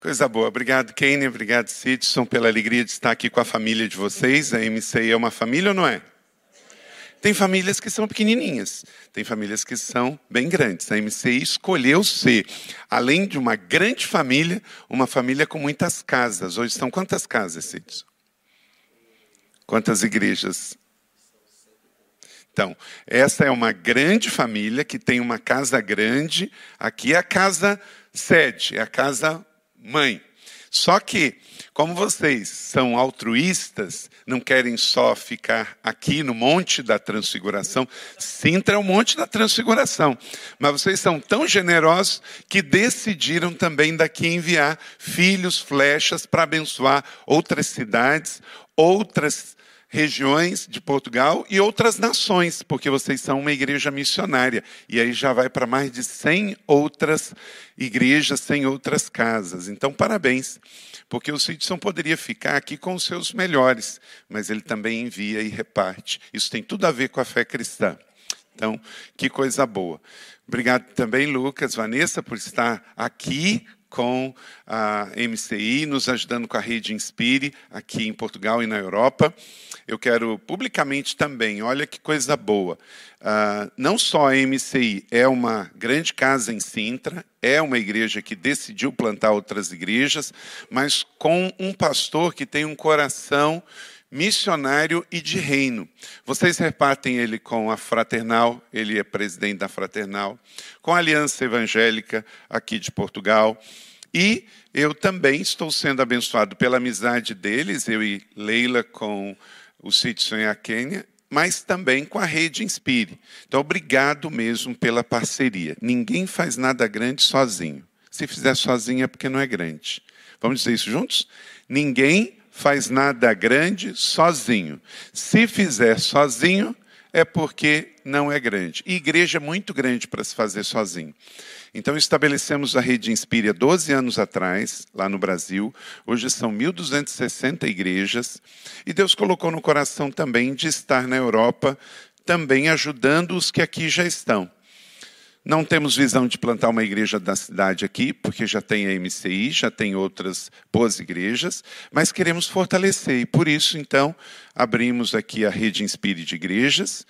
Coisa boa. Obrigado, Kênia. Obrigado, Sidson, pela alegria de estar aqui com a família de vocês. A MCI é uma família ou não é? Tem famílias que são pequenininhas. Tem famílias que são bem grandes. A MCI escolheu ser, além de uma grande família, uma família com muitas casas. Hoje são quantas casas, Sidson? Quantas igrejas? Então, essa é uma grande família que tem uma casa grande. Aqui é a casa sede, é a casa mãe. Só que, como vocês são altruístas, não querem só ficar aqui no Monte da Transfiguração. Sintra é o Monte da Transfiguração. Mas vocês são tão generosos que decidiram também daqui enviar filhos, flechas, para abençoar outras cidades, outras regiões de Portugal e outras nações, porque vocês são uma igreja missionária. E aí já vai para mais de 100 outras igrejas, 100 outras casas. Então, parabéns, porque o Sidson poderia ficar aqui com os seus melhores, mas ele também envia e reparte. Isso tem tudo a ver com a fé cristã. Então, que coisa boa. Obrigado também, Lucas, Vanessa, por estar aqui com a MCI, nos ajudando com a Rede Inspire, aqui em Portugal e na Europa. Eu quero publicamente também, olha que coisa boa, não só a MCI é uma grande casa em Sintra, é uma igreja que decidiu plantar outras igrejas, mas com um pastor que tem um coração missionário e de reino. Vocês repartem ele com a Fraternal, ele é presidente da Fraternal, com a Aliança Evangélica aqui de Portugal. E eu também estou sendo abençoado pela amizade deles, eu e Leila com o Sidson e a Kênia, mas também com a Rede Inspire. Então, obrigado mesmo pela parceria. Ninguém faz nada grande sozinho. Se fizer sozinho é porque não é grande. Vamos dizer isso juntos? Ninguém faz nada grande sozinho. Se fizer sozinho, é porque não é grande. E igreja é muito grande para se fazer sozinho. Então, estabelecemos a Rede Inspire há 12 anos atrás, lá no Brasil. Hoje são 1.260 igrejas. E Deus colocou no coração também de estar na Europa, também ajudando os que aqui já estão. Não temos visão de plantar uma igreja da cidade aqui, porque já tem a MCI, já tem outras boas igrejas, mas queremos fortalecer. E por isso, então, abrimos aqui a Rede Inspire de igrejas.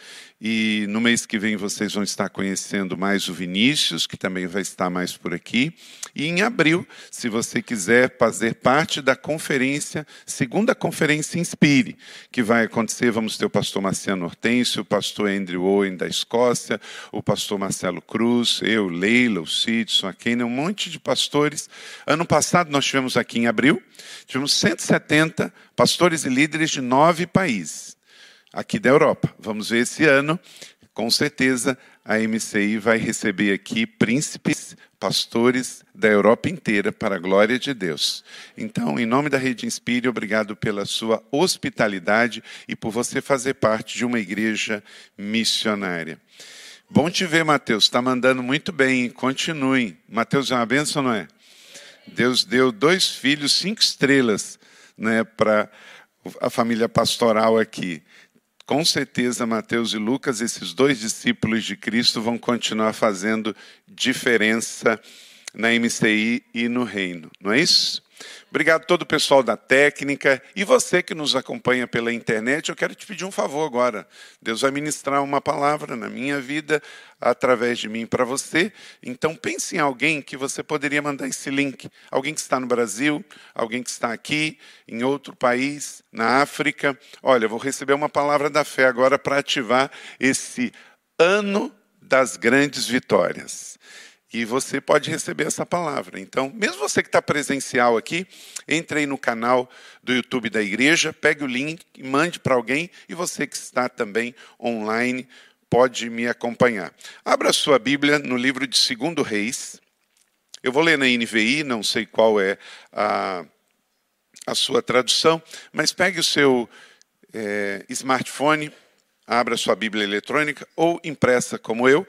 E no mês que vem vocês vão estar conhecendo mais o Vinícius, que também vai estar mais por aqui. E em abril, se você quiser fazer parte da conferência, segunda conferência Inspire, que vai acontecer, vamos ter o pastor Marciano Hortêncio, o pastor Andrew Owen da Escócia, o pastor Marcelo Cruz, eu, Leila, o Sidson, a Kênia, um monte de pastores. Ano passado nós tivemos aqui em abril, tivemos 170 pastores e líderes de 9 países. Aqui da Europa. Vamos ver esse ano, com certeza a MCI vai receber aqui príncipes, pastores da Europa inteira, para a glória de Deus. Então, em nome da Rede Inspire, obrigado pela sua hospitalidade e por você fazer parte de uma igreja missionária. Bom te ver, Mateus, está mandando muito bem, continuem. Mateus é uma bênção, não é? Deus deu 2 filhos, 5 estrelas, né, para a família pastoral aqui. Com certeza, Mateus e Lucas, esses 2 discípulos de Cristo vão continuar fazendo diferença na MCI e no reino, não é isso? Obrigado a todo o pessoal da técnica e você que nos acompanha pela internet. Eu quero te pedir um favor agora. Deus vai ministrar uma palavra na minha vida, através de mim para você. Então pense em alguém que você poderia mandar esse link. Alguém que está no Brasil, alguém que está aqui, em outro país, na África. Olha, eu vou receber uma palavra da fé agora para ativar esse ano das grandes vitórias. E você pode receber essa palavra. Então, mesmo você que está presencial aqui, entre aí no canal do YouTube da igreja, pegue o link e mande para alguém. E você que está também online, pode me acompanhar. Abra sua Bíblia no livro de 2 Reis. Eu vou ler na NVI, não sei qual é a sua tradução, mas pegue o seu smartphone, abra sua Bíblia eletrônica ou impressa como eu.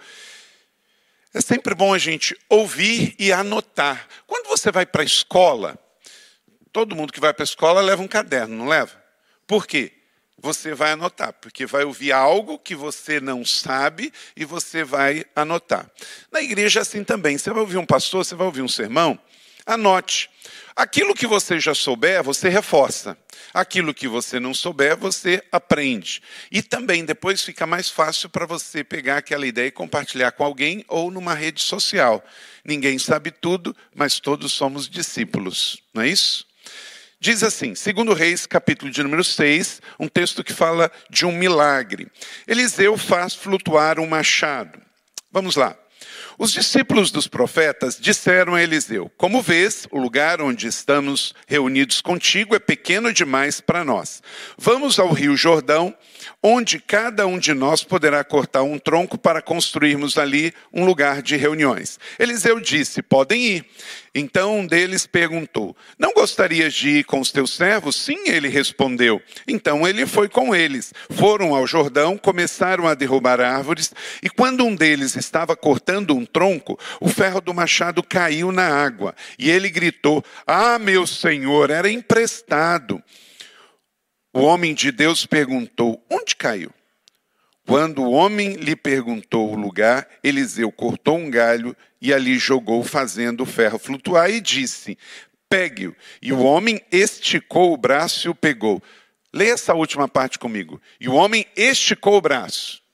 É sempre bom a gente ouvir e anotar. Quando você vai para a escola, todo mundo que vai para a escola leva um caderno, não leva? Por quê? Você vai anotar, porque vai ouvir algo que você não sabe e você vai anotar. Na igreja é assim também. Você vai ouvir um pastor, você vai ouvir um sermão, anote. Aquilo que você já souber, você reforça. Aquilo que você não souber, você aprende. E também depois fica mais fácil para você pegar aquela ideia e compartilhar com alguém ou numa rede social. Ninguém sabe tudo, mas todos somos discípulos. Não é isso? Diz assim, 2 Reis, capítulo de número 6, um texto que fala de um milagre. Eliseu faz flutuar um machado. Vamos lá. Os discípulos dos profetas disseram a Eliseu: como vês, o lugar onde estamos reunidos contigo é pequeno demais para nós. Vamos ao rio Jordão, onde cada um de nós poderá cortar um tronco para construirmos ali um lugar de reuniões. Eliseu disse: podem ir. Então um deles perguntou: não gostarias de ir com os teus servos? Sim, ele respondeu. Então ele foi com eles. Foram ao Jordão, começaram a derrubar árvores, e quando um deles estava cortando um tronco, o ferro do machado caiu na água. E ele gritou: ah, meu senhor, era emprestado. O homem de Deus perguntou: onde caiu? Quando o homem lhe perguntou o lugar, Eliseu cortou um galho e ali jogou, fazendo o ferro flutuar, e disse: pegue-o. E o homem esticou o braço e o pegou. Leia essa última parte comigo. E o homem esticou o braço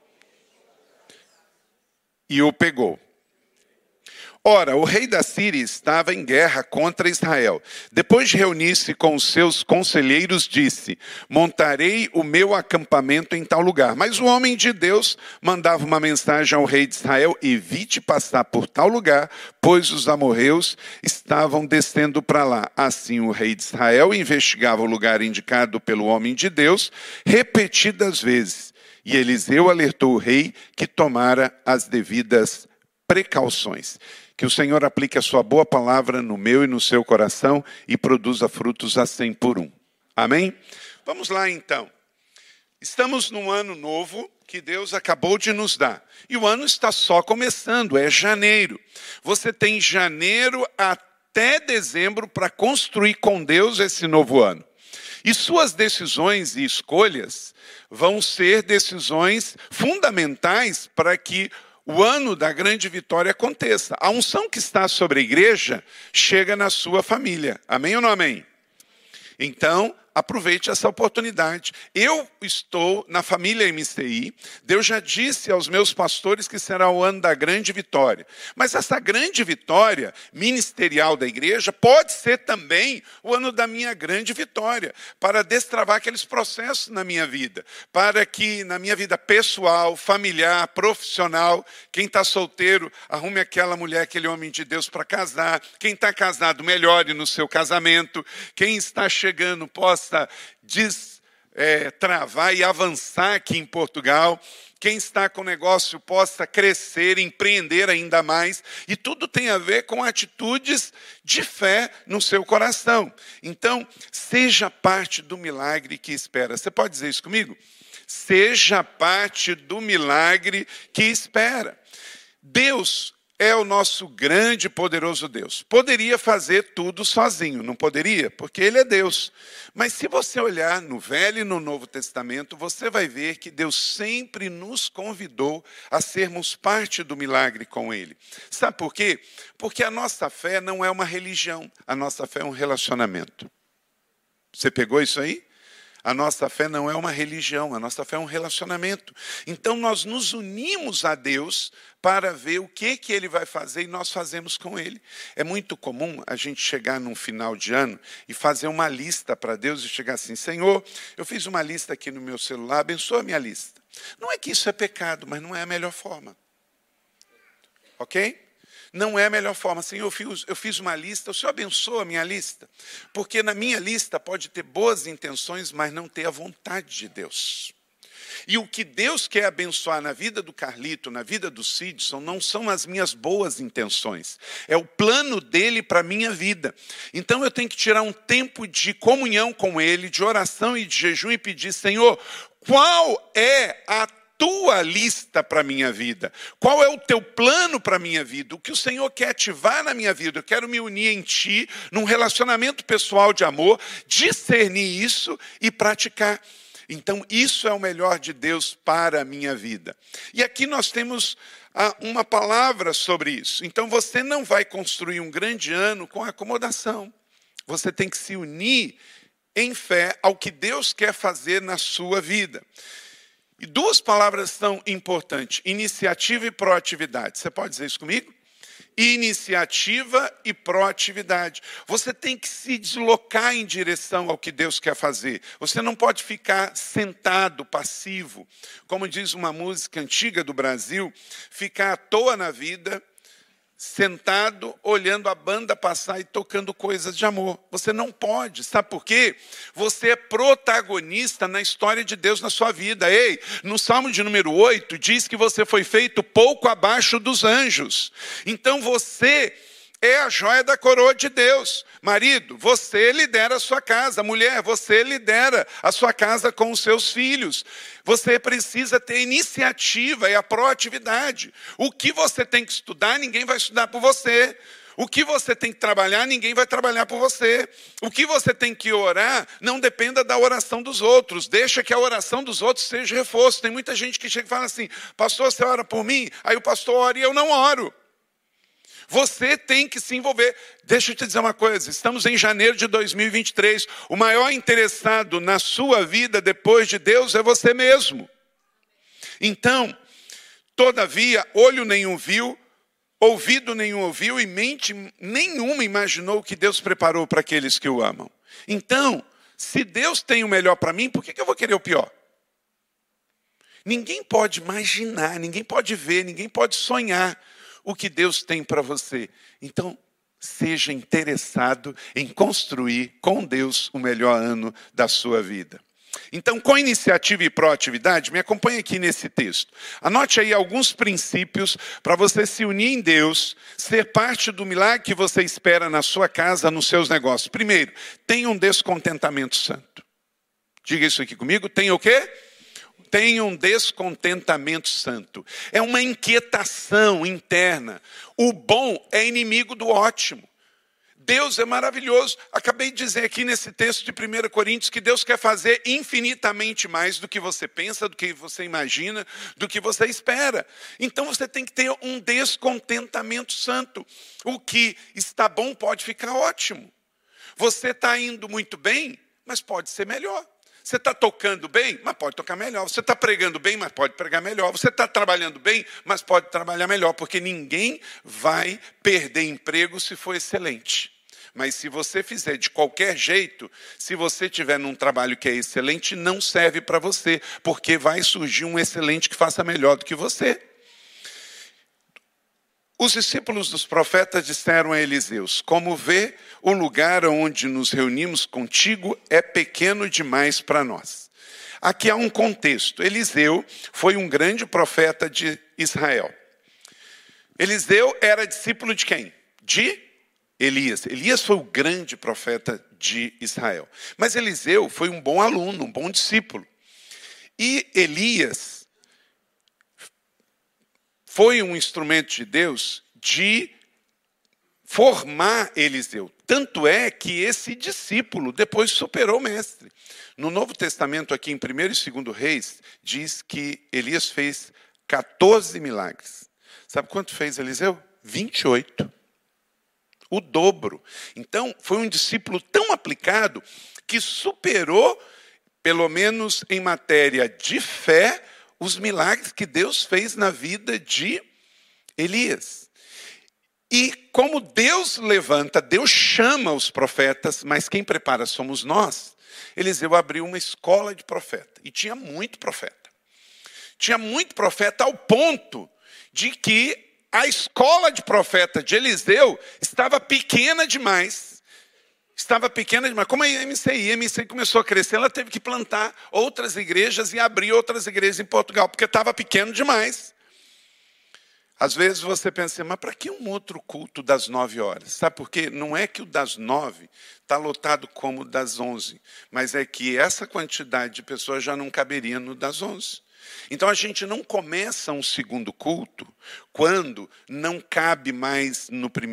e o pegou. Ora, o rei da Síria estava em guerra contra Israel. Depois de reunir-se com os seus conselheiros, disse: montarei o meu acampamento em tal lugar. Mas o homem de Deus mandava uma mensagem ao rei de Israel: evite passar por tal lugar, pois os amorreus estavam descendo para lá. Assim o rei de Israel investigava o lugar indicado pelo homem de Deus repetidas vezes. E Eliseu alertou o rei que tomara as devidas precauções. Que o Senhor aplique a sua boa palavra no meu e no seu coração e produza frutos a 100 por 1. Amém? Vamos lá então. Estamos num ano novo que Deus acabou de nos dar. E o ano está só começando, é janeiro. Você tem janeiro até dezembro para construir com Deus esse novo ano. E suas decisões e escolhas vão ser decisões fundamentais para que o ano da grande vitória aconteça. A unção que está sobre a igreja chega na sua família. Amém ou não amém? Então, aproveite essa oportunidade. Eu estou na família MCI. Deus já disse aos meus pastores que será o ano da grande vitória. Mas essa grande vitória ministerial da igreja pode ser também o ano da minha grande vitória, para destravar aqueles processos na minha vida, para que na minha vida pessoal, familiar, profissional, quem está solteiro, arrume aquela mulher, aquele homem de Deus para casar. Quem está casado, melhore no seu casamento. Quem está chegando, possa travar e avançar aqui em Portugal. Quem está com o negócio possa crescer, empreender ainda mais. E tudo tem a ver com atitudes de fé no seu coração. Então, seja parte do milagre que espera. Você pode dizer isso comigo? Seja parte do milagre que espera. Deus é o nosso grande e poderoso Deus. Poderia fazer tudo sozinho, não poderia? Porque Ele é Deus. Mas se você olhar no Velho e no Novo Testamento, você vai ver que Deus sempre nos convidou a sermos parte do milagre com Ele. Sabe por quê? Porque a nossa fé não é uma religião, a nossa fé é um relacionamento. Você pegou isso aí? A nossa fé não é uma religião, a nossa fé é um relacionamento. Então nós nos unimos a Deus para ver o que Ele vai fazer e nós fazemos com Ele. É muito comum a gente chegar num final de ano e fazer uma lista para Deus e chegar assim: Senhor, eu fiz uma lista aqui no meu celular, abençoa a minha lista. Não é que isso é pecado, mas não é a melhor forma. Ok? Não é a melhor forma. Senhor, eu fiz uma lista, o Senhor abençoa a minha lista. Porque na minha lista pode ter boas intenções, mas não ter a vontade de Deus. E o que Deus quer abençoar na vida do Carlito, na vida do Sidson, não são as minhas boas intenções. É o plano dele para a minha vida. Então eu tenho que tirar um tempo de comunhão com ele, de oração e de jejum e pedir: Senhor, qual é a tua lista para a minha vida? Qual é o teu plano para a minha vida? O que o Senhor quer ativar na minha vida? Eu quero me unir em ti, num relacionamento pessoal de amor, discernir isso e praticar. Então, isso é o melhor de Deus para a minha vida. E aqui nós temos uma palavra sobre isso. Então, você não vai construir um grande ano com acomodação. você tem que se unir em fé ao que Deus quer fazer na sua vida. E duas palavras são importantes: iniciativa e proatividade. Você pode dizer isso comigo? Iniciativa e proatividade. Você tem que se deslocar em direção ao que Deus quer fazer. Você não pode ficar sentado, passivo. Como diz uma música antiga do Brasil, ficar à toa na vida, sentado, olhando a banda passar e tocando coisas de amor. Você não pode, sabe por quê? Você é protagonista na história de Deus na sua vida. Ei, no Salmo de número 8, diz que você foi feito pouco abaixo dos anjos. Então você é a joia da coroa de Deus. Marido, você lidera a sua casa. Mulher, você lidera a sua casa com os seus filhos. Você precisa ter iniciativa e a proatividade. O que você tem que estudar, ninguém vai estudar por você. O que você tem que trabalhar, ninguém vai trabalhar por você. O que você tem que orar, não dependa da oração dos outros. Deixa que a oração dos outros seja reforço. Tem muita gente que chega e fala assim: pastor, você ora por mim? Aí o pastor ora e eu não oro. Você tem que se envolver. Deixa eu te dizer uma coisa, estamos em janeiro de 2023. O maior interessado na sua vida depois de Deus é você mesmo. Então, todavia, olho nenhum viu, ouvido nenhum ouviu e mente nenhuma imaginou o que Deus preparou para aqueles que o amam. Então, se Deus tem o melhor para mim, por que eu vou querer o pior? Ninguém pode imaginar, ninguém pode ver, ninguém pode sonhar o que Deus tem para você. Então, seja interessado em construir com Deus o melhor ano da sua vida. Então, com iniciativa e proatividade, me acompanhe aqui nesse texto. Anote aí alguns princípios para você se unir em Deus, ser parte do milagre que você espera na sua casa, nos seus negócios. Primeiro, tenha um descontentamento santo. Diga isso aqui comigo. Tenha o quê? Tenha um descontentamento santo. É uma inquietação interna. O bom é inimigo do ótimo. Deus é maravilhoso. Acabei de dizer aqui nesse texto de 1 Coríntios que Deus quer fazer infinitamente mais do que você pensa, do que você imagina, do que você espera. Então você tem que ter um descontentamento santo. O que está bom pode ficar ótimo. Você está indo muito bem, mas pode ser melhor. Você está tocando bem, mas pode tocar melhor. Você está pregando bem, mas pode pregar melhor. Você está trabalhando bem, mas pode trabalhar melhor. Porque ninguém vai perder emprego se for excelente. Mas se você fizer de qualquer jeito, se você tiver num trabalho que é excelente, não serve para você. Porque vai surgir um excelente que faça melhor do que você. Os discípulos dos profetas disseram a Eliseus: como vê, o lugar onde nos reunimos contigo é pequeno demais para nós. Aqui há um contexto. Eliseu foi um grande profeta de Israel. Eliseu era discípulo de quem? De Elias. Elias foi o grande profeta de Israel. Mas Eliseu foi um bom aluno, um bom discípulo. E Elias foi um instrumento de Deus de formar Eliseu. Tanto é que esse discípulo depois superou o mestre. No Novo Testamento, aqui em 1 e 2 Reis, diz que Elias fez 14 milagres. Sabe quanto fez Eliseu? 28. O dobro. Então, foi um discípulo tão aplicado que superou, pelo menos em matéria de fé, os milagres que Deus fez na vida de Elias. E como Deus levanta, Deus chama os profetas, mas quem prepara somos nós. Eliseu abriu uma escola de profeta. E tinha muito profeta. Tinha muito profeta ao ponto de que a escola de profeta de Eliseu estava pequena demais. Estava pequena demais. Como a MCI começou a crescer, ela teve que plantar outras igrejas e abrir outras igrejas em Portugal, porque estava pequeno demais. Às vezes você pensa, mas para que um outro culto das 9 horas? Sabe por quê? Não é que o das 9 está lotado como o das 11, mas é que essa quantidade de pessoas já não caberia no das 11. Então a gente não começa um segundo culto quando não cabe mais no primeiro.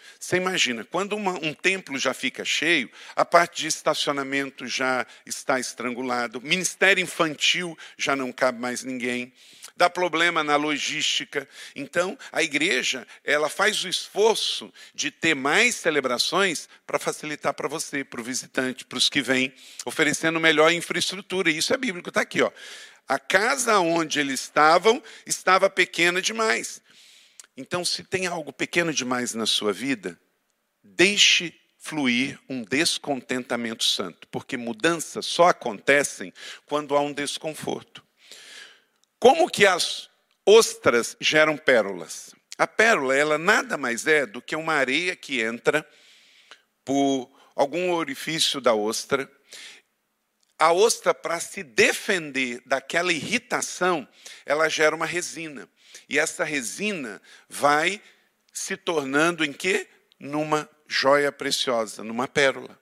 Você imagina, quando um templo já fica cheio, a parte de estacionamento já está estrangulado, ministério infantil já não cabe mais ninguém, dá problema na logística. Então, a igreja, ela faz o esforço de ter mais celebrações para facilitar para você, para o visitante, para os que vêm, oferecendo melhor infraestrutura. E isso é bíblico, está aqui, ó. A casa onde eles estavam estava pequena demais. Então, se tem algo pequeno demais na sua vida, deixe fluir um descontentamento santo, porque mudanças só acontecem quando há um desconforto. Como que as ostras geram pérolas? A pérola, ela nada mais é do que uma areia que entra por algum orifício da ostra. A ostra, para se defender daquela irritação, ela gera uma resina. E essa resina vai se tornando em quê? Numa joia preciosa, numa pérola.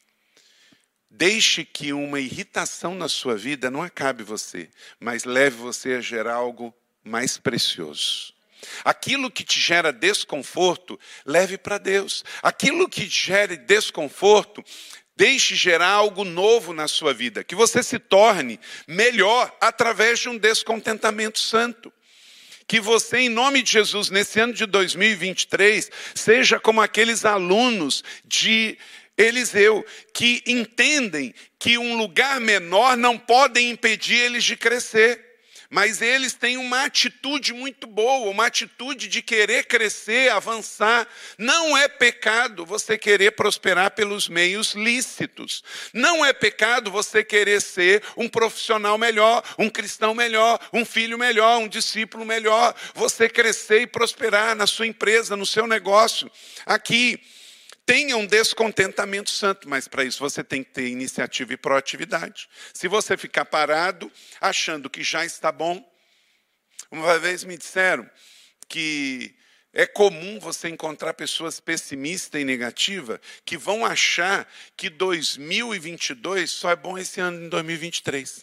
Deixe que uma irritação na sua vida não acabe você, mas leve você a gerar algo mais precioso. Aquilo que te gera desconforto, leve para Deus. Aquilo que te gere desconforto, deixe gerar algo novo na sua vida. Que você se torne melhor através de um descontentamento santo. Que você, em nome de Jesus, nesse ano de 2023, seja como aqueles alunos de Eliseu, que entendem que um lugar menor não pode impedir eles de crescer. Mas eles têm uma atitude muito boa, uma atitude de querer crescer, avançar. Não é pecado você querer prosperar pelos meios lícitos. Não é pecado você querer ser um profissional melhor, um cristão melhor, um filho melhor, um discípulo melhor. Você crescer e prosperar na sua empresa, no seu negócio. Aqui, tenha um descontentamento santo, mas para isso você tem que ter iniciativa e proatividade. Se você ficar parado, achando que já está bom. Uma vez me disseram que é comum você encontrar pessoas pessimistas e negativas que vão achar que 2022 só é bom esse ano em 2023.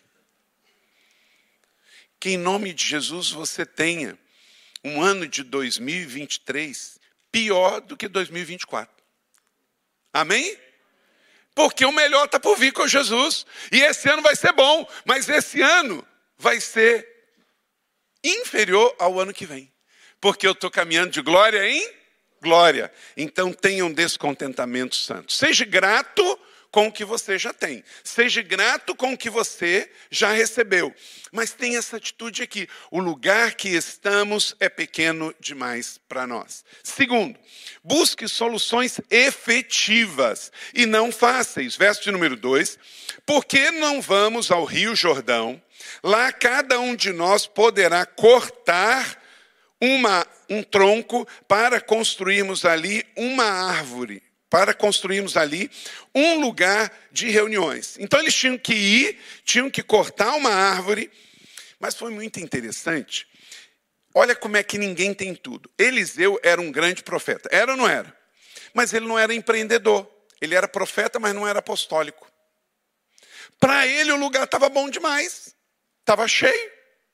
Que em nome de Jesus você tenha um ano de 2023 pior do que 2024. Amém? Porque o melhor está por vir com Jesus. E esse ano vai ser bom, mas esse ano vai ser inferior ao ano que vem. Porque eu estou caminhando de glória em glória. Então tenha um descontentamento santo. Seja grato com o que você já tem. Seja grato com o que você já recebeu. Mas tenha essa atitude aqui. O lugar que estamos é pequeno demais para nós. Segundo, busque soluções efetivas e não fáceis. Verso de número 2. Por que não vamos ao Rio Jordão? Lá cada um de nós poderá cortar um tronco para construirmos ali uma árvore. Para construirmos ali um lugar de reuniões. Então eles tinham que ir, tinham que cortar uma árvore, mas foi muito interessante. Olha como é que ninguém tem tudo. Eliseu era um grande profeta, era ou não era? Mas ele não era empreendedor, ele era profeta, mas não era apostólico. Para ele o lugar estava bom demais, estava cheio.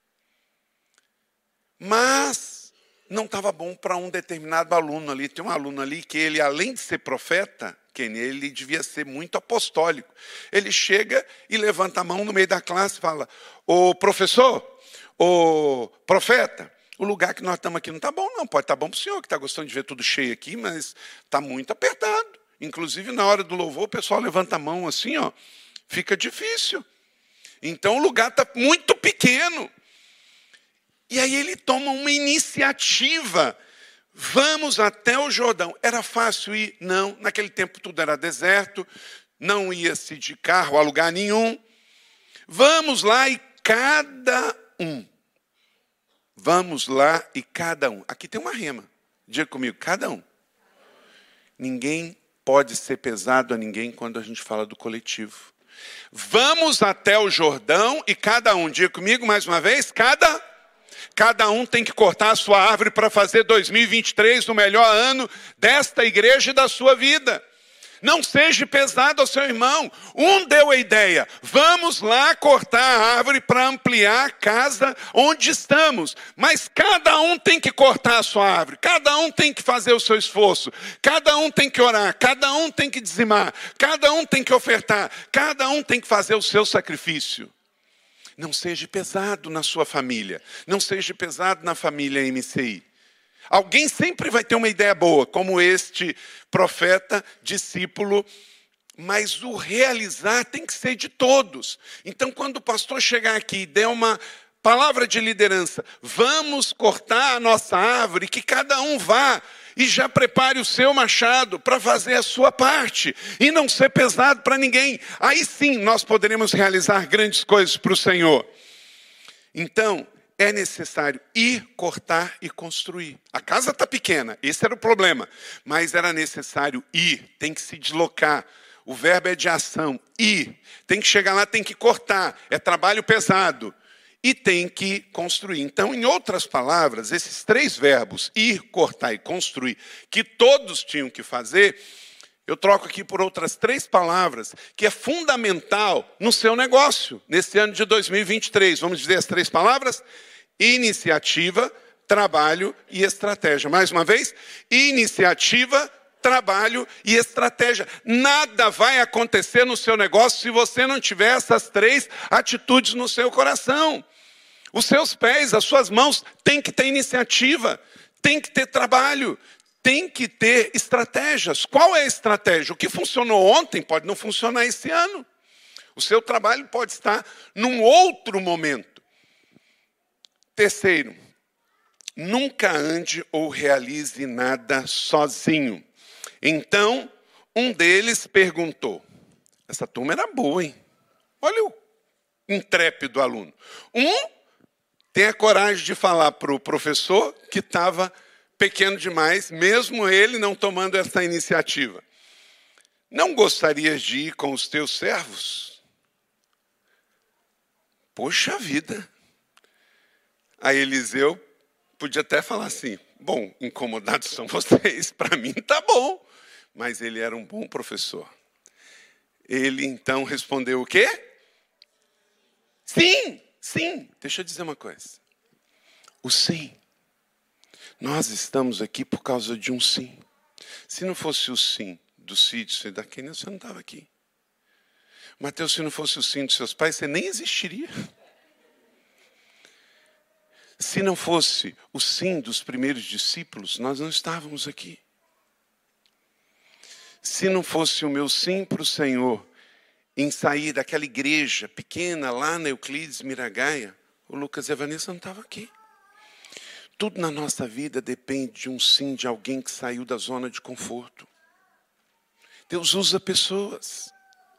Mas não estava bom para um determinado aluno ali. Tem um aluno ali que ele, além de ser profeta, ele devia ser muito apostólico. Ele chega e levanta a mão no meio da classe e fala: ô professor, ô profeta, o lugar que nós estamos aqui não está bom não. Pode estar bom para o senhor que está gostando de ver tudo cheio aqui, mas está muito apertado. Inclusive na hora do louvor o pessoal levanta a mão assim, ó, fica difícil. Então o lugar está muito pequeno. E aí ele toma uma iniciativa. Vamos até o Jordão. Era fácil ir? Não. Naquele tempo tudo era deserto. Não ia-se de carro a lugar nenhum. Vamos lá e cada um. Vamos lá e cada um. Aqui tem uma rema. Diga comigo, cada um. Ninguém pode ser pesado a ninguém quando a gente fala do coletivo. Vamos até o Jordão e cada um. Diga comigo mais uma vez, Cada um tem que cortar a sua árvore para fazer 2023 o melhor ano desta igreja e da sua vida. Não seja pesado ao seu irmão. Um deu a ideia, vamos lá cortar a árvore para ampliar a casa onde estamos. Mas cada um tem que cortar a sua árvore, cada um tem que fazer o seu esforço, cada um tem que orar, cada um tem que dizimar, cada um tem que ofertar, cada um tem que fazer o seu sacrifício. Não seja pesado na sua família, não seja pesado na família MCI. Alguém sempre vai ter uma ideia boa, como este profeta, discípulo, mas o realizar tem que ser de todos. Então, quando o pastor chegar aqui e der uma palavra de liderança, vamos cortar a nossa árvore, que cada um vá e já prepare o seu machado para fazer a sua parte e não ser pesado para ninguém. Aí sim nós poderemos realizar grandes coisas para o Senhor. Então, é necessário ir, cortar e construir. A casa está pequena, esse era o problema. Mas era necessário ir, tem que se deslocar. O verbo é de ação, ir. Tem que chegar lá, tem que cortar. É trabalho pesado. E tem que construir. Então, em outras palavras, esses três verbos, ir, cortar e construir, que todos tinham que fazer, eu troco aqui por outras três palavras, que é fundamental no seu negócio, nesse ano de 2023. Vamos dizer as três palavras? Iniciativa, trabalho e estratégia. Mais uma vez, iniciativa, trabalho e estratégia. Nada vai acontecer no seu negócio se você não tiver essas três atitudes no seu coração. Os seus pés, as suas mãos, têm que ter iniciativa, tem que ter trabalho, tem que ter estratégias. Qual é a estratégia? O que funcionou ontem pode não funcionar esse ano. O seu trabalho pode estar num outro momento. Terceiro, nunca ande ou realize nada sozinho. Então, um deles perguntou. Essa turma era boa, hein? Olha o intrépido aluno. Tem a coragem de falar para o professor que estava pequeno demais, mesmo ele não tomando essa iniciativa. Não gostarias de ir com os teus servos? Poxa vida! Aí Eliseu podia até falar assim, bom, incomodados são vocês, para mim tá bom. Mas ele era um bom professor. Ele então respondeu o quê? Sim, sim. Deixa eu dizer uma coisa. O sim. Nós estamos aqui por causa de um sim. Se não fosse o sim do Cídio e da Kênia, você não estava aqui. Mateus, se não fosse o sim dos seus pais, você nem existiria. Se não fosse o sim dos primeiros discípulos, nós não estávamos aqui. Se não fosse o meu sim para o Senhor em sair daquela igreja pequena lá na Euclides Miragaia, o Lucas e a Vanessa não estavam aqui. Tudo na nossa vida depende de um sim de alguém que saiu da zona de conforto. Deus usa pessoas.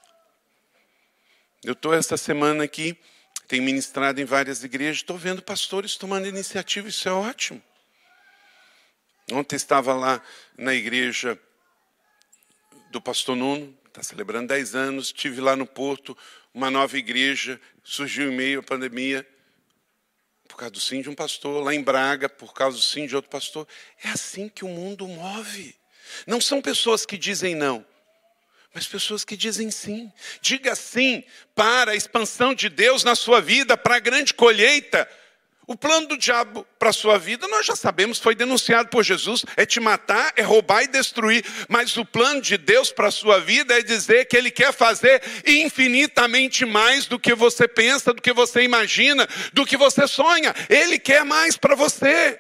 Eu estou essa semana aqui, tenho ministrado em várias igrejas, estou vendo pastores tomando iniciativa, isso é ótimo. Ontem estava lá na igreja do pastor Nuno, está celebrando 10 anos, estive lá no Porto, uma nova igreja, surgiu em meio à pandemia, por causa do sim de um pastor, lá em Braga, por causa do sim de outro pastor. É assim que o mundo move. Não são pessoas que dizem não, mas pessoas que dizem sim. Diga sim para a expansão de Deus na sua vida, para a grande colheita. O plano do diabo para a sua vida, nós já sabemos, foi denunciado por Jesus, é te matar, é roubar e destruir. Mas o plano de Deus para a sua vida é dizer que Ele quer fazer infinitamente mais do que você pensa, do que você imagina, do que você sonha. Ele quer mais para você.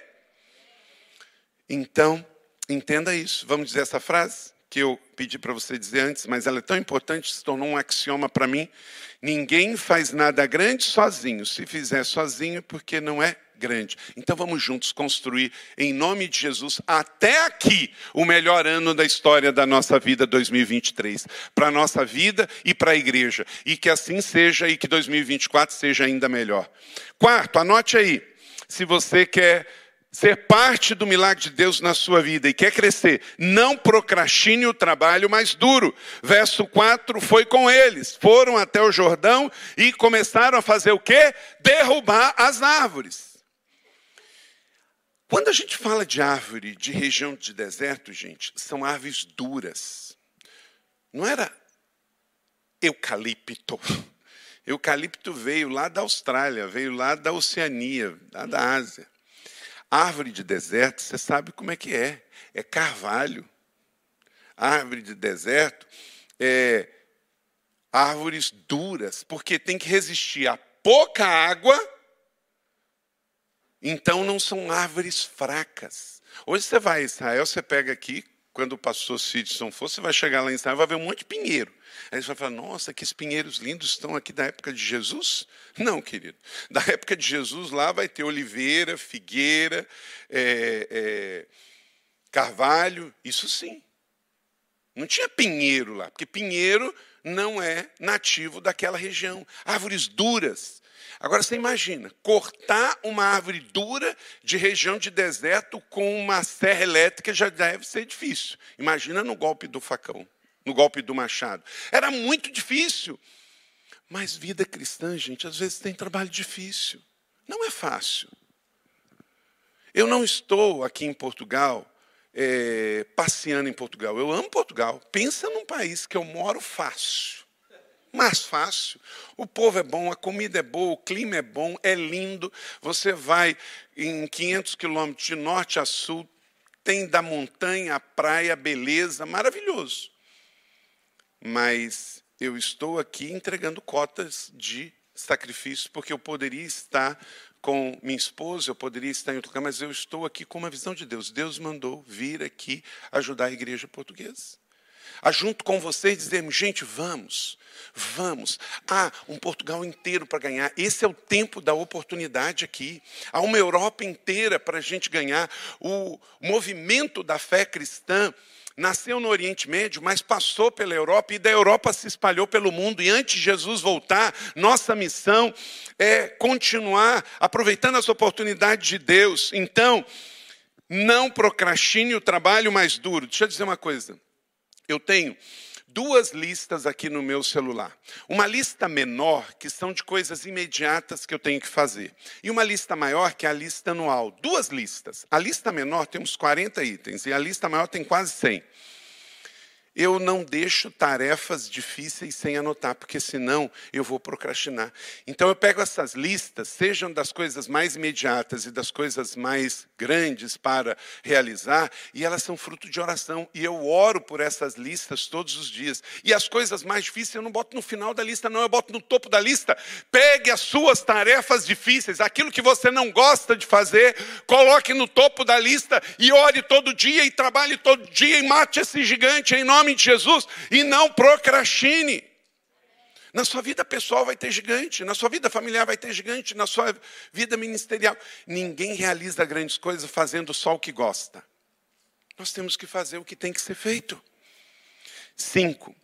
Então, entenda isso. Vamos dizer essa frase que eu pedi para você dizer antes, mas ela é tão importante, se tornou um axioma para mim. Ninguém faz nada grande sozinho. Se fizer sozinho, porque não é grande. Então vamos juntos construir, em nome de Jesus, até aqui, o melhor ano da história da nossa vida 2023. Para a nossa vida e para a igreja. E que assim seja e que 2024 seja ainda melhor. Quarto, anote aí. Se você quer ser parte do milagre de Deus na sua vida e quer crescer, não procrastine o trabalho mais duro. Verso 4, foi com eles. Foram até o Jordão e começaram a fazer o quê? Derrubar as árvores. Quando a gente fala de árvore de região de deserto, gente, são árvores duras. não era eucalipto. Eucalipto veio lá da Austrália, veio lá da Oceania, lá da Ásia. Árvore de deserto, você sabe como é que é. É carvalho. Árvore de deserto é árvores duras, porque tem que resistir a pouca água, então não são árvores fracas. Hoje você vai a Israel, você pega aqui, quando o pastor Sidson for, você vai chegar lá em Israel, vai ver um monte de pinheiro. Aí você vai falar, nossa, que pinheiros lindos estão aqui da época de Jesus. Não, querido. Da época de Jesus, lá vai ter oliveira, figueira, carvalho, isso sim. Não tinha pinheiro lá, porque pinheiro não é nativo daquela região. Árvores duras. Agora você imagina, cortar uma árvore dura de região de deserto com uma serra elétrica já deve ser difícil. Imagina no golpe do facão, no golpe do machado. Era muito difícil. Mas vida cristã, gente, às vezes tem trabalho difícil. Não é fácil. Eu não estou aqui em Portugal passeando em Portugal. Eu amo Portugal. Pensa num país que eu moro fácil. Mais fácil. O povo é bom, a comida é boa, o clima é bom, é lindo. Você vai em 500 quilômetros de norte a sul, tem da montanha, a praia, a beleza, maravilhoso. Mas eu estou aqui entregando cotas de sacrifício, porque eu poderia estar com minha esposa, eu poderia estar em outro lugar, mas eu estou aqui com uma visão de Deus. Deus mandou vir aqui ajudar a igreja portuguesa. Junto com vocês dizermos, gente, vamos. Há um Portugal inteiro para ganhar. Esse é o tempo da oportunidade aqui. Há uma Europa inteira para a gente ganhar. O movimento da fé cristã nasceu no Oriente Médio, mas passou pela Europa e da Europa se espalhou pelo mundo. E antes de Jesus voltar, nossa missão é continuar aproveitando as oportunidades de Deus. Então, não procrastine o trabalho mais duro. Deixa eu dizer uma coisa. Eu tenho 2 listas aqui no meu celular. Uma lista menor, que são de coisas imediatas que eu tenho que fazer. E uma lista maior, que é a lista anual. 2 listas. A lista menor tem uns 40 itens e a lista maior tem quase 100. Eu não deixo tarefas difíceis sem anotar, porque senão eu vou procrastinar. Então eu pego essas listas, sejam das coisas mais imediatas e das coisas mais grandes para realizar, e elas são fruto de oração. E eu oro por essas listas todos os dias. E as coisas mais difíceis eu não boto no final da lista, não, eu boto no topo da lista. Pegue as suas tarefas difíceis, aquilo que você não gosta de fazer, coloque no topo da lista e ore todo dia e trabalhe todo dia e mate esse gigante em nome de Jesus, e não procrastine. Na sua vida pessoal vai ter gigante, na sua vida familiar vai ter gigante, na sua vida ministerial. Ninguém realiza grandes coisas fazendo só o que gosta. Nós temos que fazer o que tem que ser feito. 5.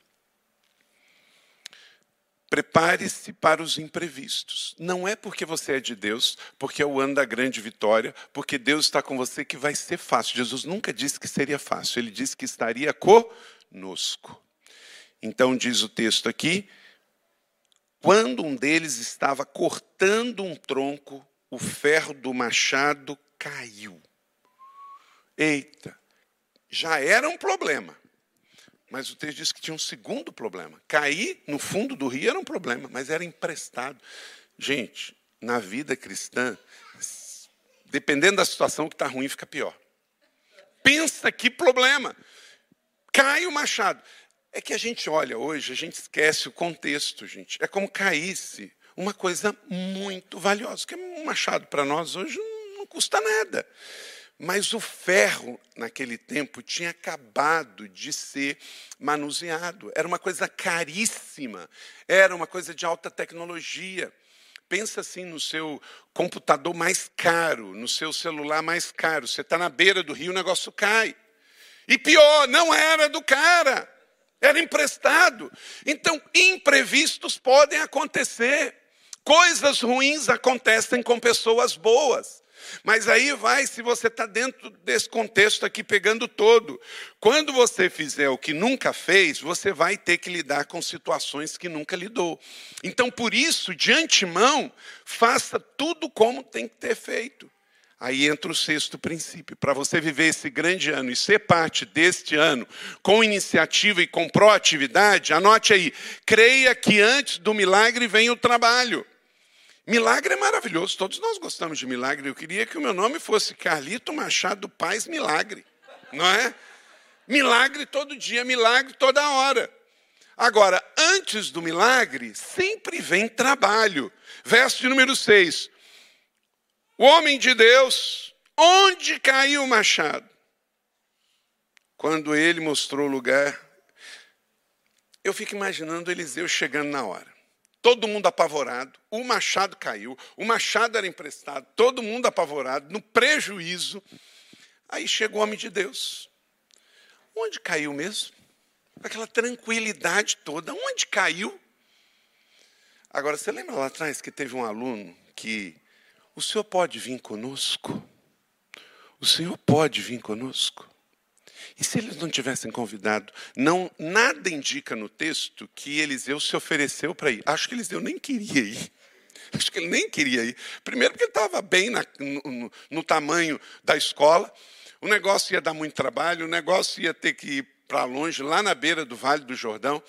Prepare-se para os imprevistos. Não é porque você é de Deus, porque é o ano da grande vitória, porque Deus está com você que vai ser fácil. Jesus nunca disse que seria fácil, ele disse que estaria conosco. Então diz o texto aqui, quando um deles estava cortando um tronco, o ferro do machado caiu. Eita, já era um problema. Mas o texto diz que tinha um segundo problema. Cair no fundo do rio era um problema, mas era emprestado. Gente, na vida cristã, dependendo da situação que está ruim, fica pior. Pensa que problema. Cai o machado. É que a gente olha hoje, a gente esquece o contexto, gente. É como caísse uma coisa muito valiosa. Porque um machado para nós hoje não custa nada. Mas o ferro, naquele tempo, tinha acabado de ser manuseado. Era uma coisa caríssima. Era uma coisa de alta tecnologia. Pensa assim no seu computador mais caro, no seu celular mais caro. Você está na beira do rio, o negócio cai. E pior, não era do cara. Era emprestado. Então, imprevistos podem acontecer. Coisas ruins acontecem com pessoas boas. Mas aí vai, se você está dentro desse contexto aqui, pegando todo. Quando você fizer o que nunca fez, você vai ter que lidar com situações que nunca lidou. Então, por isso, de antemão, faça tudo como tem que ter feito. Aí entra o sexto princípio. Para você viver esse grande ano e ser parte deste ano com iniciativa e com proatividade, anote aí, creia que antes do milagre vem o trabalho. Milagre é maravilhoso, todos nós gostamos de milagre. Eu queria que o meu nome fosse Carlito Machado Paz Milagre, não é? Milagre todo dia, milagre toda hora. Agora, antes do milagre, sempre vem trabalho. Verso de número 6. O homem de Deus, onde caiu o machado? Quando ele mostrou o lugar, eu fico imaginando Eliseu chegando na hora. Todo mundo apavorado, o machado caiu, o machado era emprestado, todo mundo apavorado, no prejuízo. Aí chegou o homem de Deus. Onde caiu mesmo? Aquela tranquilidade toda, onde caiu? Agora, você lembra lá atrás que teve um aluno que... O senhor pode vir conosco? O senhor pode vir conosco? E se eles não tivessem convidado? Não, nada indica no texto que Eliseu se ofereceu para ir. Acho que Eliseu nem queria ir. Acho que ele nem queria ir. Primeiro porque ele estava bem no tamanho da escola. O negócio ia dar muito trabalho, o negócio ia ter que ir para longe, lá na beira do Vale do Jordão.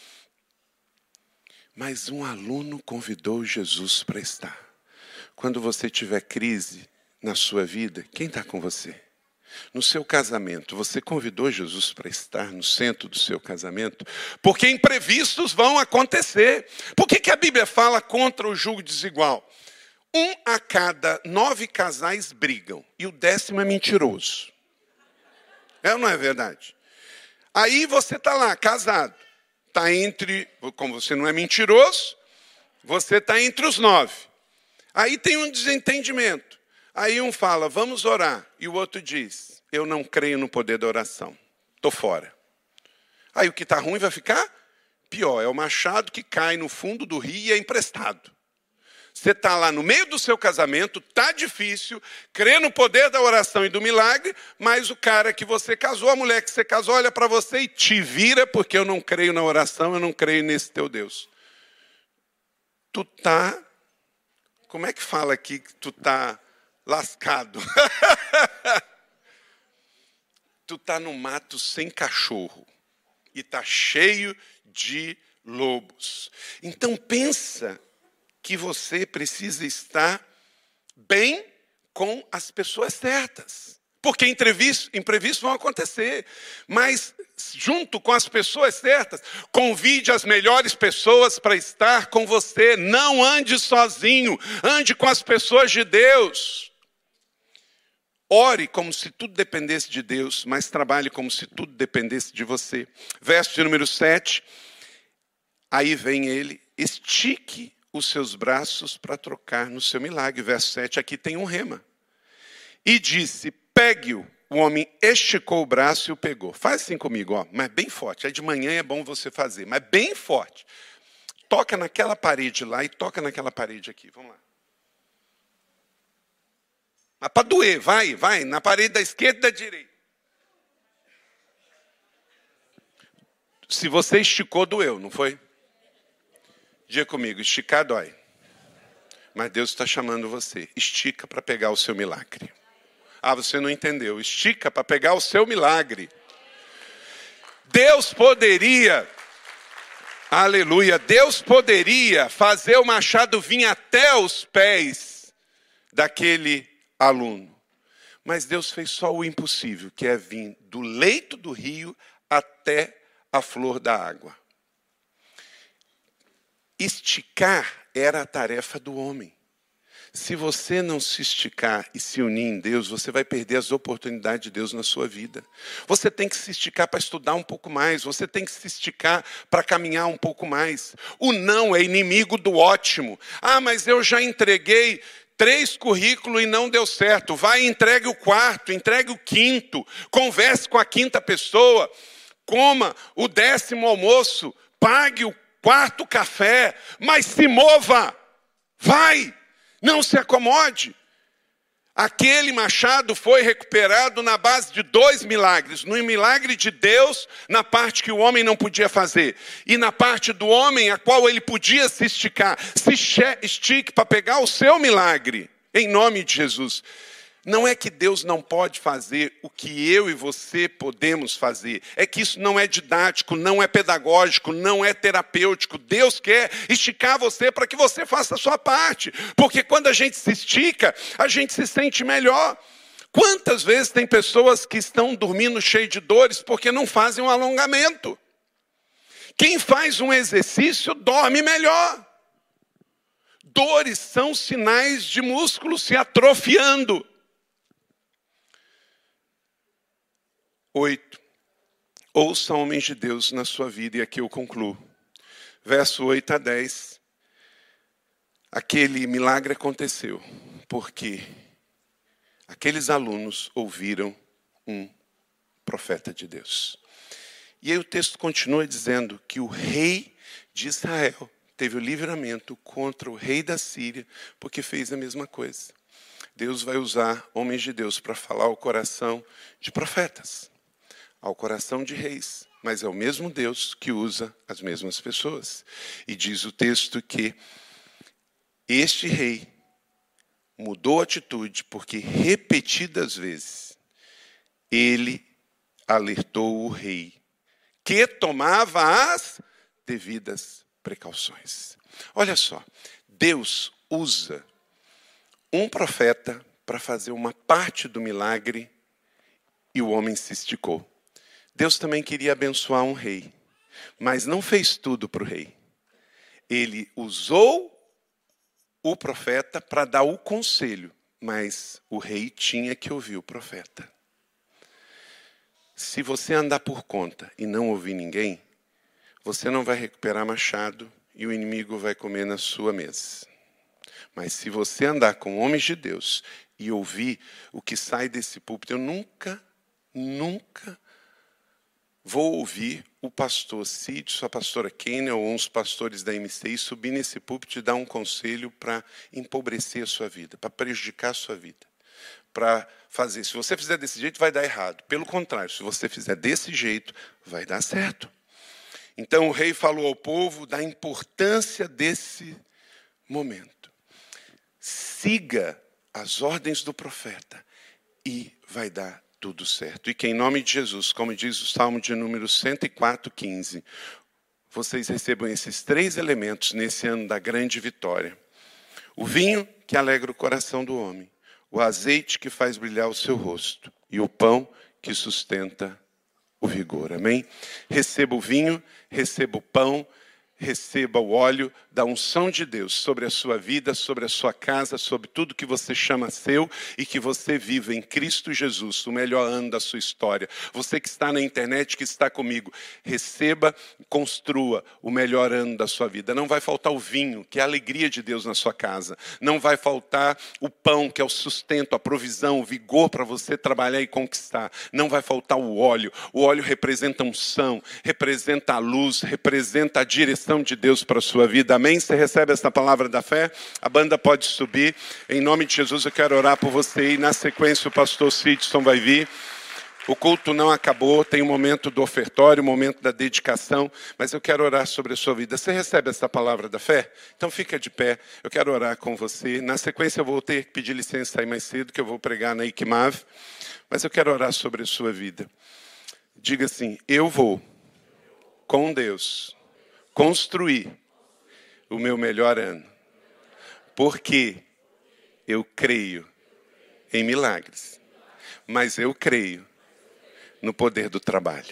Mas um aluno convidou Jesus para estar. Quando você tiver crise na sua vida, quem está com você? No seu casamento, você convidou Jesus para estar no centro do seu casamento? Porque imprevistos vão acontecer. Por que a Bíblia fala contra o julgo desigual? 1 a cada 9 casais brigam, e o 10º é mentiroso. É ou não é verdade? Aí você está lá, casado. Está entre, como você não é mentiroso, você está entre os 9. Aí tem um desentendimento. Aí um fala, vamos orar. E o outro diz, eu não creio no poder da oração. Estou fora. Aí o que está ruim vai ficar pior. É o machado que cai no fundo do rio e é emprestado. Você está lá no meio do seu casamento, está difícil, crê no poder da oração e do milagre, mas o cara que você casou, a mulher que você casou, olha para você e te vira, porque eu não creio na oração, eu não creio nesse teu Deus. Tu está, como é que fala aqui que tu está lascado? Tu está no mato sem cachorro e está cheio de lobos. Então pensa que você precisa estar bem com as pessoas certas. Porque imprevistos vão acontecer. Mas, junto com as pessoas certas, convide as melhores pessoas para estar com você. Não ande sozinho, ande com as pessoas de Deus. Ore como se tudo dependesse de Deus, mas trabalhe como se tudo dependesse de você. Verso de número 7. Aí vem ele, estique os seus braços para trocar no seu milagre. Verso 7, aqui tem um rema. E disse, pegue-o. O homem esticou o braço e o pegou. Faz assim comigo, ó, mas bem forte. Aí de manhã é bom você fazer, mas bem forte. Toca naquela parede lá e toca naquela parede aqui. Vamos lá. Mas para doer, vai, na parede da esquerda e da direita. Se você esticou, doeu, não foi? Diga comigo, esticar dói. Mas Deus está chamando você. Estica para pegar o seu milagre. Ah, você não entendeu. Estica para pegar o seu milagre. Deus poderia, aleluia, Deus poderia fazer o machado vir até os pés daquele aluno. Mas Deus fez só o impossível, que é vir do leito do rio até a flor da água. Esticar era a tarefa do homem. Se você não se esticar e se unir em Deus, você vai perder as oportunidades de Deus na sua vida. Você tem que se esticar para estudar um pouco mais. Você tem que se esticar para caminhar um pouco mais. O não é inimigo do ótimo. Ah, mas eu já entreguei 3 currículos e não deu certo. Vai e entregue o 4º, entregue o 5º. Converse com a 5ª pessoa. Coma o 10º almoço. Pague o 4º café, mas se mova, vai, não se acomode. Aquele machado foi recuperado na base de 2 milagres. No milagre de Deus, na parte que o homem não podia fazer. E na parte do homem, a qual ele podia se esticar. Se estique para pegar o seu milagre, em nome de Jesus. Não é que Deus não pode fazer o que eu e você podemos fazer. É que isso não é didático, não é pedagógico, não é terapêutico. Deus quer esticar você para que você faça a sua parte. Porque quando a gente se estica, a gente se sente melhor. Quantas vezes tem pessoas que estão dormindo cheio de dores porque não fazem um alongamento? Quem faz um exercício dorme melhor. Dores são sinais de músculo se atrofiando. 8. Ouça homens de Deus na sua vida, e aqui eu concluo. Verso 8 a 10. Aquele milagre aconteceu porque aqueles alunos ouviram um profeta de Deus. E aí o texto continua dizendo que o rei de Israel teve o livramento contra o rei da Síria, porque fez a mesma coisa. Deus vai usar homens de Deus para falar ao coração de profetas, ao coração de reis, mas é o mesmo Deus que usa as mesmas pessoas. E diz o texto que este rei mudou a atitude porque repetidas vezes ele alertou o rei, que tomava as devidas precauções. Olha só, Deus usa um profeta para fazer uma parte do milagre e o homem se esticou. Deus também queria abençoar um rei, mas não fez tudo para o rei. Ele usou o profeta para dar o conselho, mas o rei tinha que ouvir o profeta. Se você andar por conta e não ouvir ninguém, você não vai recuperar machado e o inimigo vai comer na sua mesa. Mas se você andar com homens de Deus e ouvir o que sai desse púlpito, eu nunca vou ouvir o pastor Cid, a pastora Kênia ou uns pastores da MCI subir nesse púlpito e dar um conselho para empobrecer a sua vida, para prejudicar a sua vida. Para fazer, se você fizer desse jeito, vai dar errado. Pelo contrário, se você fizer desse jeito, vai dar certo. Então o rei falou ao povo da importância desse momento. Siga as ordens do profeta e vai dar tudo certo. E que em nome de Jesus, como diz o Salmo de número 104:15, vocês recebam esses 3 elementos nesse ano da grande vitória. O vinho que alegra o coração do homem, o azeite que faz brilhar o seu rosto e o pão que sustenta o vigor. Amém? Receba o vinho, receba o pão, receba o óleo da unção de Deus sobre a sua vida, sobre a sua casa, sobre tudo que você chama seu e que você viva em Cristo Jesus, o melhor ano da sua história. Você que está na internet, que está comigo, receba, construa o melhor ano da sua vida. Não vai faltar o vinho, que é a alegria de Deus na sua casa. Não vai faltar o pão, que é o sustento, a provisão, o vigor para você trabalhar e conquistar. Não vai faltar o óleo. O óleo representa a unção, representa a luz, representa a direção de Deus para a sua vida. Amém? Você recebe essa palavra da fé? A banda pode subir. Em nome de Jesus eu quero orar por você. E na sequência o pastor Sidson vai vir. O culto não acabou, tem o momento do ofertório, o momento da dedicação, mas eu quero orar sobre a sua vida. Você recebe essa palavra da fé? Então fica de pé, eu quero orar com você. Na sequência eu vou ter que pedir licença aí mais cedo, que eu vou pregar na ICMAV, mas eu quero orar sobre a sua vida. Diga assim: eu vou, com Deus, construir o meu melhor ano, porque eu creio em milagres, mas eu creio no poder do trabalho.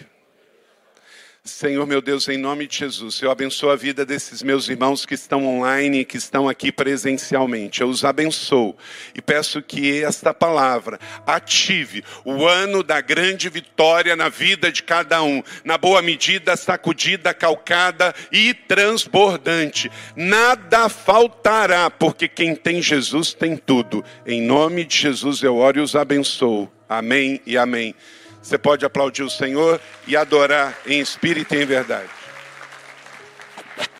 Senhor meu Deus, em nome de Jesus, eu abençoo a vida desses meus irmãos que estão online e que estão aqui presencialmente. Eu os abençoo e peço que esta palavra ative o ano da grande vitória na vida de cada um, na boa medida, sacudida, calcada e transbordante. Nada faltará, porque quem tem Jesus tem tudo. Em nome de Jesus eu oro e os abençoo. Amém e amém. Você pode aplaudir o Senhor e adorar em espírito e em verdade.